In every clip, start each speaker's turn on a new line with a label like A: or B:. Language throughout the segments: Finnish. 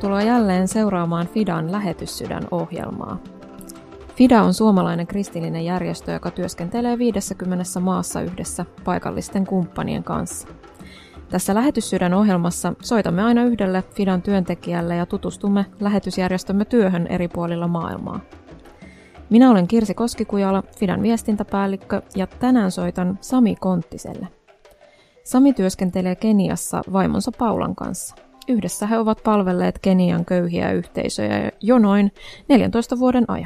A: tervetuloa jälleen seuraamaan FIDAn Lähetyssydän-ohjelmaa. FIDA on suomalainen kristillinen järjestö, joka työskentelee 50 maassa yhdessä paikallisten kumppanien kanssa. Tässä Lähetyssydän-ohjelmassa soitamme aina yhdelle FIDAn työntekijälle ja tutustumme lähetysjärjestömme työhön eri puolilla maailmaa. Minä olen Kirsi Koskikujala, FIDAn viestintäpäällikkö, ja tänään soitan Sami Konttiselle. Sami työskentelee Keniassa vaimonsa Paulan kanssa. Yhdessä he ovat palvelleet Kenian köyhiä yhteisöjä jo noin 14 vuoden ajan.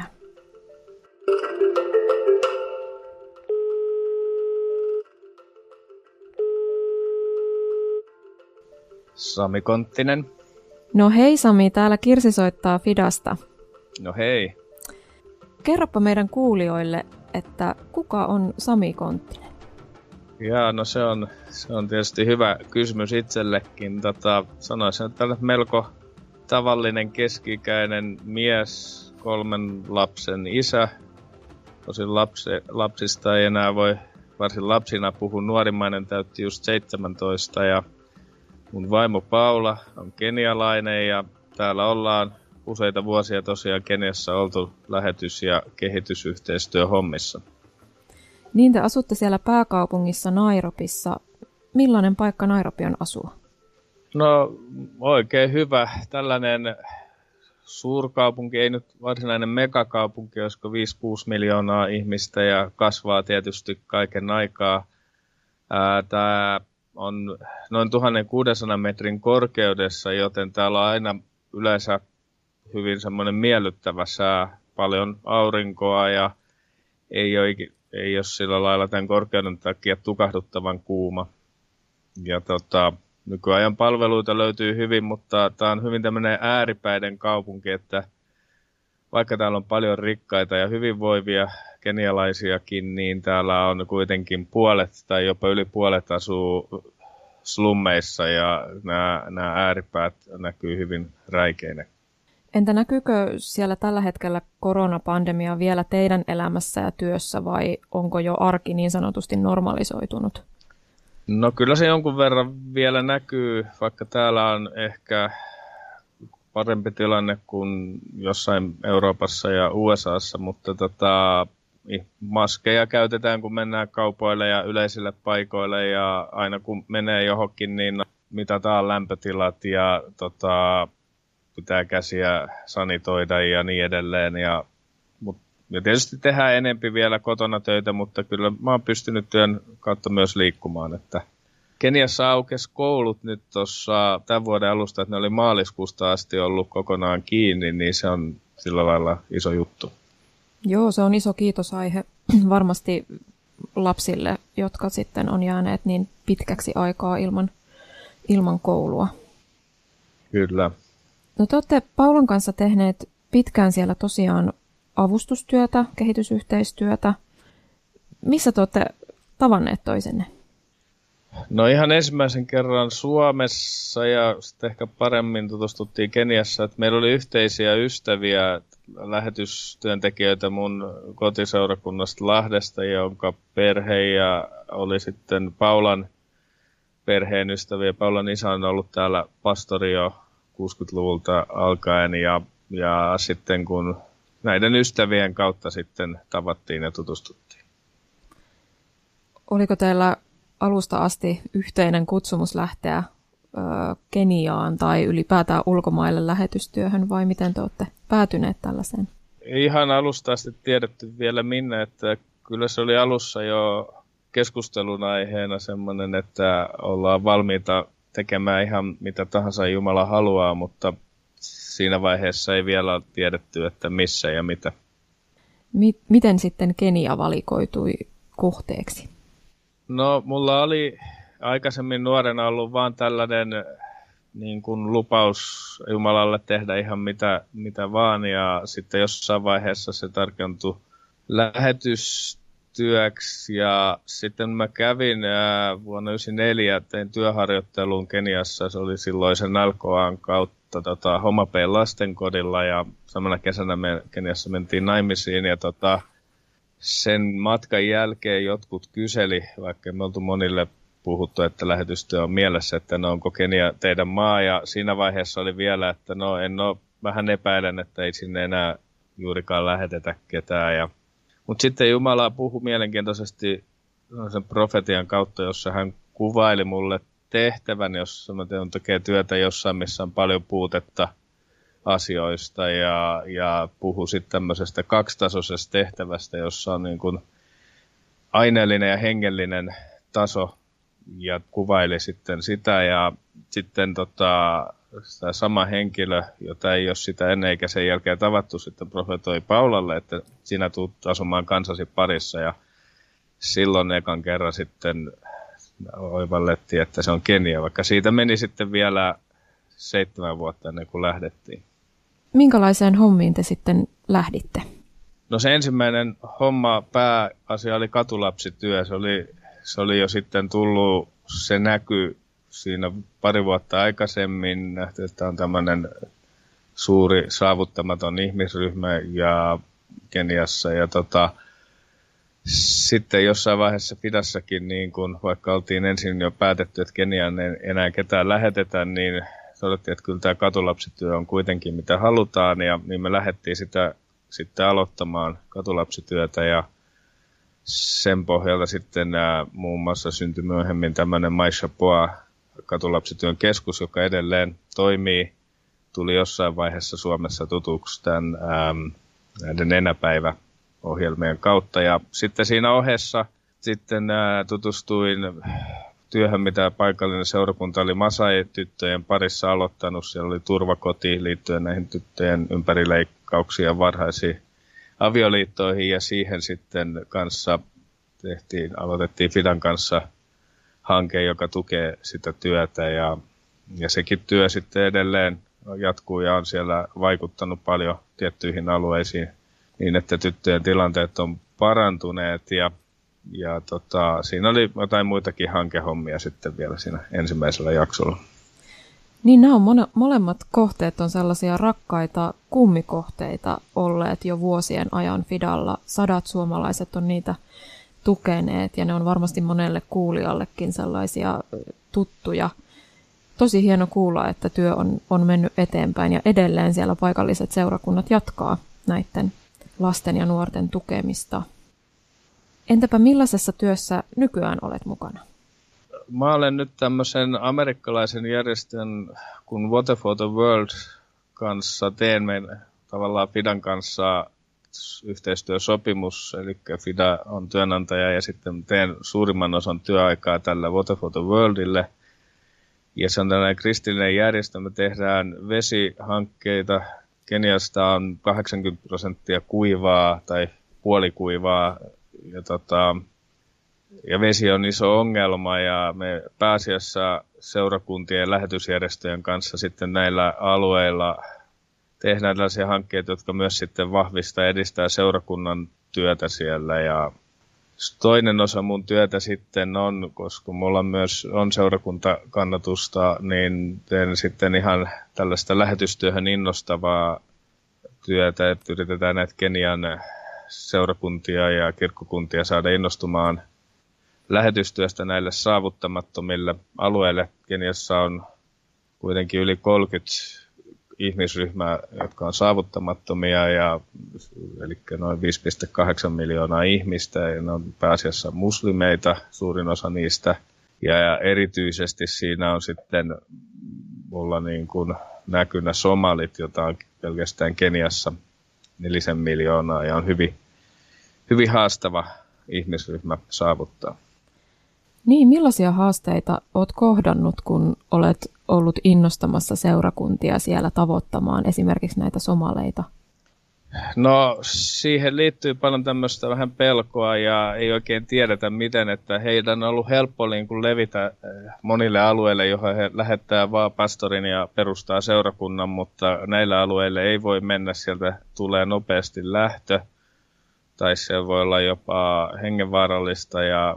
B: Sami Konttinen.
A: No hei Sami, täällä Kirsi soittaa FIDAsta.
B: No hei.
A: Kerropa meidän kuulijoille, että kuka on Sami Konttinen?
B: Jaa, no se on tietysti hyvä kysymys itsellekin. Sanoisin, että melko tavallinen keski-ikäinen mies, 3 lapsen isä. Tosin lapsista ei enää voi varsin lapsina puhua. Nuorimmainen täytti just 17 ja mun vaimo Paula on kenialainen ja täällä ollaan useita vuosia tosiaan Keniassa oltu lähetys- ja kehitysyhteistyöhommissa.
A: Niin te asutte siellä pääkaupungissa Nairobissa. Millainen paikka Nairobi on asua?
B: No oikein hyvä. Tällainen suurkaupunki, ei nyt varsinainen megakaupunki, olisiko 5-6 miljoonaa ihmistä ja kasvaa tietysti kaiken aikaa. Tämä on noin 1600 metrin korkeudessa, joten täällä on aina yleensä hyvin semmoinen miellyttävä sää, paljon aurinkoa ja ei ole sillä lailla tämän korkeuden takia tukahduttavan kuuma. Ja nykyajan palveluita löytyy hyvin, mutta tämä on hyvin tämmöinen ääripäiden kaupunki, että vaikka täällä on paljon rikkaita ja hyvinvoivia kenialaisiakin, niin täällä on kuitenkin puolet tai jopa yli puolet asuu slummeissa ja nämä ääripäät näkyy hyvin räikeinä.
A: Entä näkyykö siellä tällä hetkellä koronapandemia vielä teidän elämässä ja työssä vai onko jo arki niin sanotusti normalisoitunut?
B: No kyllä se jonkun verran vielä näkyy, vaikka täällä on ehkä parempi tilanne kuin jossain Euroopassa ja USAssa, mutta maskeja käytetään kun mennään kaupoille ja yleisille paikoille ja aina kun menee johonkin niin mitataan lämpötilat ja pitää käsiä sanitoida ja niin edelleen. Ja tietysti tehdään enempi vielä kotona töitä, mutta kyllä mä oon pystynyt työn kautta myös liikkumaan. Että Keniassa aukesi koulut nyt tuossa tämän vuoden alusta, että ne oli maaliskuusta asti ollut kokonaan kiinni, niin se on sillä lailla iso juttu.
A: Joo, se on iso kiitosaihe varmasti lapsille, jotka sitten on jääneet niin pitkäksi aikaa ilman koulua.
B: Kyllä.
A: No te olette Paulan kanssa tehneet pitkään siellä tosiaan avustustyötä, kehitysyhteistyötä. Missä te olette tavanneet toisenne?
B: No ihan ensimmäisen kerran Suomessa ja sitten ehkä paremmin tutustuttiin Keniassa. Että meillä oli yhteisiä ystäviä, lähetystyöntekijöitä mun kotiseurakunnasta Lahdesta, jonka perhe ja oli sitten Paulan perheen ystäviä. Paulan isä on ollut täällä pastori jo 60-luvulta alkaen ja sitten kun näiden ystävien kautta sitten tavattiin ja tutustuttiin.
A: Oliko teillä alusta asti yhteinen kutsumus lähteä Keniaan tai ylipäätään ulkomaille lähetystyöhön vai miten te olette päätyneet tällaiseen?
B: Ihan alusta asti tiedetty vielä minne, että kyllä se oli alussa jo keskustelun aiheena semmoinen, että ollaan valmiita tekemään ihan mitä tahansa Jumala haluaa, mutta siinä vaiheessa ei vielä tiedetty, että missä ja mitä.
A: Miten sitten Kenia valikoitui kohteeksi?
B: No, mulla oli aikaisemmin nuorena ollut vaan tällainen niin kuin lupaus Jumalalle tehdä ihan mitä vaan, ja sitten jossain vaiheessa se tarkentui lähetystyöksi, ja sitten mä kävin vuonna 1994, tein työharjoittelun Keniassa, se oli silloisen Nalcoan kautta Homa Bayn lastenkodilla, ja samana kesänä me Keniassa mentiin naimisiin, ja sen matkan jälkeen jotkut kyseli, vaikka me oltu monille puhuttu, että lähetystyö on mielessä, että no onko Kenia teidän maa, ja siinä vaiheessa oli vielä, että no en ole, vähän epäilen, että ei sinne enää juurikaan lähetetä ketään. Mutta sitten Jumala puhui mielenkiintoisesti sen profetian kautta, jossa hän kuvaili mulle tehtävän, jossa mä tekee työtä jossain, missä on paljon puutetta asioista, ja puhui sitten tämmöisestä kaksitasoisesta tehtävästä, jossa on niin kuin aineellinen ja hengellinen taso, ja kuvaili sitten sitä, ja sitten tämä sama henkilö, jota ei ole sitä ennen eikä sen jälkeen tavattu, sitten profetoi Paulalle, että sinä tulet asumaan kansasi parissa, ja silloin ekan kerran sitten oivallettiin, että se on Kenia, vaikka siitä meni sitten vielä 7 vuotta ennen kuin lähdettiin.
A: Minkälaiseen hommiin te sitten lähditte?
B: No se ensimmäinen pääasia oli katulapsityö. Se oli jo sitten tullut, se näky siinä pari vuotta aikaisemmin. Nähtiin, että on tämmöinen suuri saavuttamaton ihmisryhmä ja Keniassa. Ja sitten jossain vaiheessa Fidassakin, niin kun, vaikka oltiin ensin jo päätetty, että Keniaan ei enää ketään lähetetä, niin todettiin, että kyllä tämä katulapsityö on kuitenkin mitä halutaan. Ja niin me lähdettiin sitä sitten aloittamaan katulapsityötä, ja sen pohjalta sitten muun muassa syntyi myöhemmin tämmöinen Maisha Poa katulapsityön keskus, joka edelleen toimii. Tuli jossain vaiheessa Suomessa tutuksi tämän näiden nenäpäiväohjelmien kautta. Ja sitten siinä ohessa sitten tutustuin työhön, mitä paikallinen seurakunta oli Masai-tyttöjen parissa aloittanut. Siellä oli turvakoti liittyen näihin tyttöjen ympärileikkauksiin ja varhaisiin avioliittoihin, ja siihen sitten kanssa aloitettiin Fidan kanssa hanke, joka tukee sitä työtä, ja sekin työ sitten edelleen jatkuu ja on siellä vaikuttanut paljon tiettyihin alueisiin niin, että tyttöjen tilanteet on parantuneet, ja siinä oli jotain muitakin hankehommia sitten vielä siinä ensimmäisellä jaksolla.
A: Niin nämä on molemmat kohteet on sellaisia rakkaita kummikohteita olleet jo vuosien ajan Fidalla. 100 suomalaiset on niitä tukeneet, ja ne on varmasti monelle kuulijallekin sellaisia tuttuja. Tosi hieno kuulla, että työ on mennyt eteenpäin, ja edelleen siellä paikalliset seurakunnat jatkaa näiden lasten ja nuorten tukemista. Entäpä millaisessa työssä nykyään olet mukana?
B: Mä olen nyt tämmöisen amerikkalaisen järjestön kuin Water for the World kanssa teemme tavallaan Fidan kanssa yhteistyösopimus, eli Fida on työnantaja ja sitten teen suurimman osan työaikaa tällä Water for the Worldille. Ja se on tällainen kristillinen järjestö, me tehdään vesihankkeita. Keniasta on 80% kuivaa tai puolikuivaa, ja vesi on iso ongelma, ja me pääasiassa seurakuntien ja lähetysjärjestöjen kanssa sitten näillä alueilla tehdään tällaisia hankkeita, jotka myös sitten vahvistaa ja edistää seurakunnan työtä siellä. Ja toinen osa mun työtä sitten on, koska mulla myös on seurakuntakannatusta, niin teen sitten ihan tällaista lähetystyöhön innostavaa työtä, että yritetään näitä Kenian seurakuntia ja kirkkokuntia saada innostumaan lähetystyöstä näille saavuttamattomille alueille. Keniassa on kuitenkin yli 30 ihmisryhmää, jotka on saavuttamattomia, eli noin 5,8 miljoonaa ihmistä, ja ne on pääasiassa muslimeita, suurin osa niistä. Ja erityisesti siinä on sitten mulla niin kuin näkynä somalit, jota on pelkästään Keniassa 4 miljoonaa, ja on hyvin haastava ihmisryhmä saavuttaa.
A: Niin, millaisia haasteita olet kohdannut, kun olet ollut innostamassa seurakuntia siellä tavoittamaan esimerkiksi näitä somaleita?
B: No, siihen liittyy paljon tämmöistä vähän pelkoa, ja ei oikein tiedetä miten, että heidän on ollut helppo niin kuin levitä monille alueille, johon he lähettää vaan pastorin ja perustaa seurakunnan, mutta näillä alueilla ei voi mennä, sieltä tulee nopeasti lähtö, tai se voi olla jopa hengenvaarallista, ja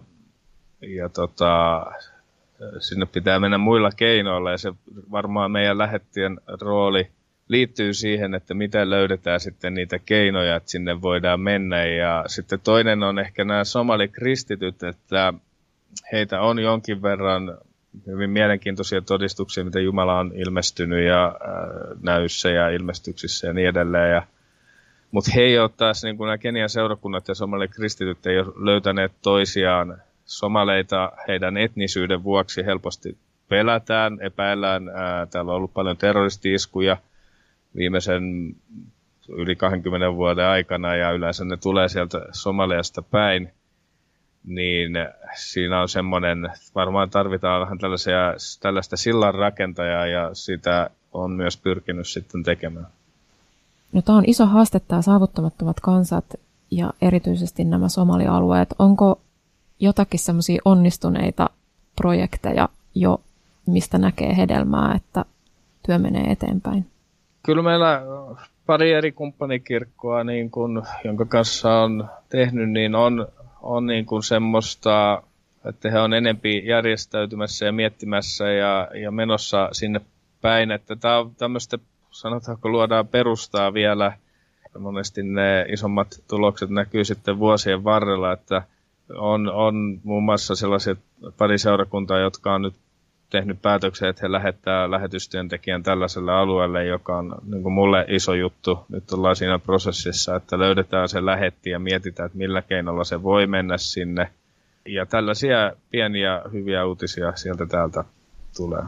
B: sinne pitää mennä muilla keinoilla, ja se varmaan meidän lähettien rooli liittyy siihen, että miten löydetään sitten niitä keinoja, että sinne voidaan mennä. Ja sitten toinen on ehkä nämä somalikristityt, että heitä on jonkin verran hyvin mielenkiintoisia todistuksia, miten Jumala on ilmestynyt ja näyssä ja ilmestyksissä ja niin edelleen. Mutta he ei ole taas, niin kuin nämä Kenian seurakunnat ja somalikristityt ei ole löytäneet toisiaan. Somaleita heidän etnisyyden vuoksi helposti pelätään, epäillään. Täällä on ollut paljon terroristi-iskuja viimeisen yli 20 vuoden aikana ja yleensä ne tulee sieltä Somaliasta päin. Niin siinä on semmoinen, varmaan tarvitaan vähän tällaista sillanrakentajaa ja sitä on myös pyrkinyt sitten tekemään.
A: No, tämä on iso haaste, tämä saavuttamattomat kansat ja erityisesti nämä somalialueet. Onko jotakin semmoisia onnistuneita projekteja jo, mistä näkee hedelmää, että työ menee eteenpäin?
B: Kyllä meillä pari eri kumppanikirkkoa, niin kun, jonka kanssa on tehnyt, niin on niin kuin semmoista, että he on enempi järjestäytymässä ja miettimässä ja menossa sinne päin, että tämä on tämmöistä, sanotaanko luodaan perustaa vielä, monesti ne isommat tulokset näkyy sitten vuosien varrella, että on muun muassa sellaiset pari seurakuntaa, jotka on nyt tehnyt päätöksen, että he lähettää lähetystyöntekijän tällaiselle alueelle, joka on niin kuin mulle iso juttu. Nyt ollaan siinä prosessissa, että löydetään se lähetti ja mietitään, että millä keinolla se voi mennä sinne. Ja tällaisia pieniä hyviä uutisia sieltä täältä tulee.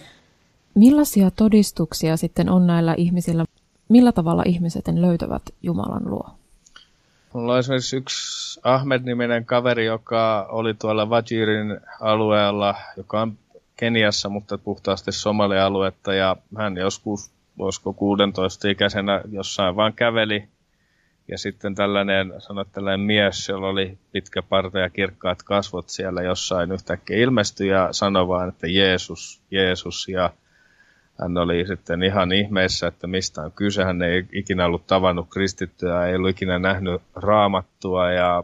A: Millaisia todistuksia sitten on näillä ihmisillä? Millä tavalla ihmiset löytävät Jumalan luo?
B: Mulla on esimerkiksi yksi Ahmed-niminen kaveri, joka oli tuolla Wajirin alueella, joka on Keniassa, mutta puhtaasti Somalia-aluetta, ja hän joskus, voisiko 16-ikäisenä jossain vaan käveli, ja sitten tällainen mies, jolla oli pitkä parta ja kirkkaat kasvot siellä jossain yhtäkkiä ilmestyi ja sanoi vaan, että Jeesus, Jeesus, ja hän oli sitten ihan ihmeessä, että mistä on kyse. Hän ei ikinä ollut tavannut kristittyä, ei ollut ikinä nähnyt raamattua, ja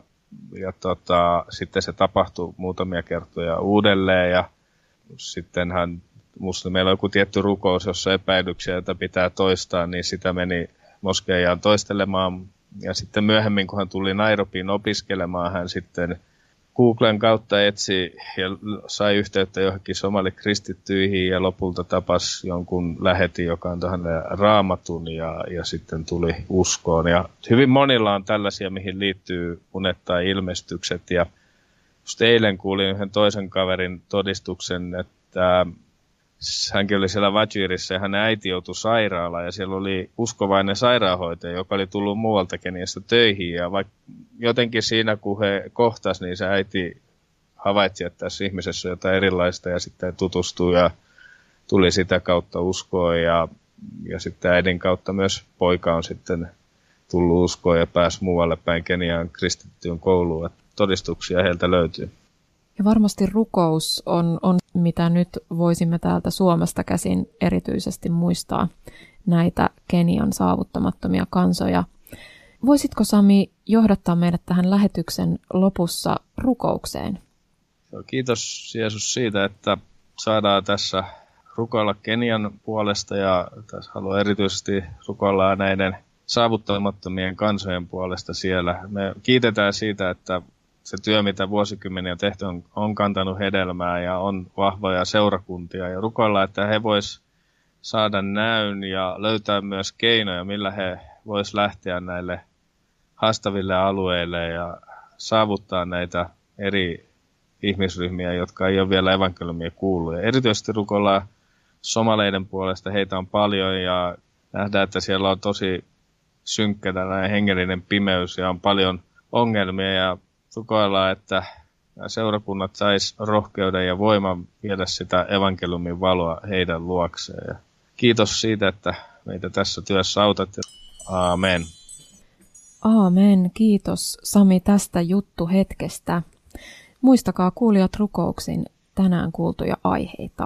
B: sitten se tapahtui muutamia kertoja uudelleen, ja sitten meillä on joku tietty rukous, jossa epäilyksiä, joita pitää toistaa, niin sitä meni moskeijaan toistelemaan. Ja sitten myöhemmin, kun hän tuli Nairobiin opiskelemaan, hän sitten Googlen kautta etsi ja sai yhteyttä johonkin somalikristittyihin ja lopulta tapasi jonkun lähetin, joka antoi hänelle raamatun ja sitten tuli uskoon. Ja hyvin monilla on tällaisia, mihin liittyy unet tai ilmestykset. Ja just eilen kuulin yhden toisen kaverin todistuksen, että hänkin oli siellä Wajirissa ja hänen äiti joutui sairaalaan ja siellä oli uskovainen sairaanhoitaja, joka oli tullut muualta Keniasta töihin. Ja vaikka jotenkin siinä, kun he kohtasivat, niin se äiti havaitsi, että tässä ihmisessä on jotain erilaista ja sitten tutustui ja tuli sitä kautta uskoon. Ja sitten äidin kautta myös poika on sitten tullut uskoon ja pääsi muualle päin Keniaan kristittyyn kouluun. Todistuksia heiltä löytyy.
A: Ja varmasti rukous on, mitä nyt voisimme täältä Suomesta käsin erityisesti muistaa näitä Kenian saavuttamattomia kansoja. Voisitko, Sami, johdattaa meidät tähän lähetyksen lopussa rukoukseen?
B: Kiitos Jeesus siitä, että saadaan tässä rukoilla Kenian puolesta ja tässä haluan erityisesti rukoilla näiden saavuttamattomien kansojen puolesta siellä. Me kiitetään siitä, että se työ, mitä vuosikymmeniä tehty, on kantanut hedelmää ja on vahvoja seurakuntia. Ja rukoillaan, että he vois saada näyn ja löytää myös keinoja, millä he vois lähteä näille haastaville alueille ja saavuttaa näitä eri ihmisryhmiä, jotka ei ole vielä evankeliumia kuullut. Ja erityisesti rukoillaan somaleiden puolesta, heitä on paljon ja nähdään, että siellä on tosi synkkä tällainen hengellinen pimeys ja on paljon ongelmia ja rukoillaan, että seurakunnat sais rohkeuden ja voiman viedä sitä evankeliumin valoa heidän luokseen. Ja kiitos siitä, että meitä tässä työssä autat. Aamen.
A: Aamen. Kiitos, Sami, tästä juttuhetkestä. Muistakaa kuulijat rukouksin tänään kuultuja aiheita.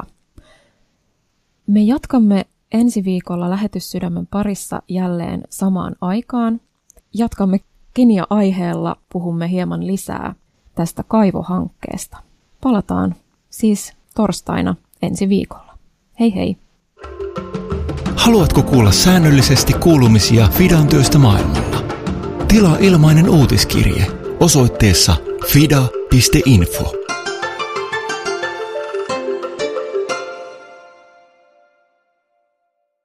A: Me jatkamme ensi viikolla Lähetyssydämen parissa jälleen samaan aikaan. Jatkamme Kenia-aiheella, puhumme hieman lisää tästä kaivohankkeesta. Palataan siis torstaina ensi viikolla. Hei hei!
C: Haluatko kuulla säännöllisesti kuulumisia Fidan työstä maailmalla? Tilaa ilmainen uutiskirje osoitteessa fida.info.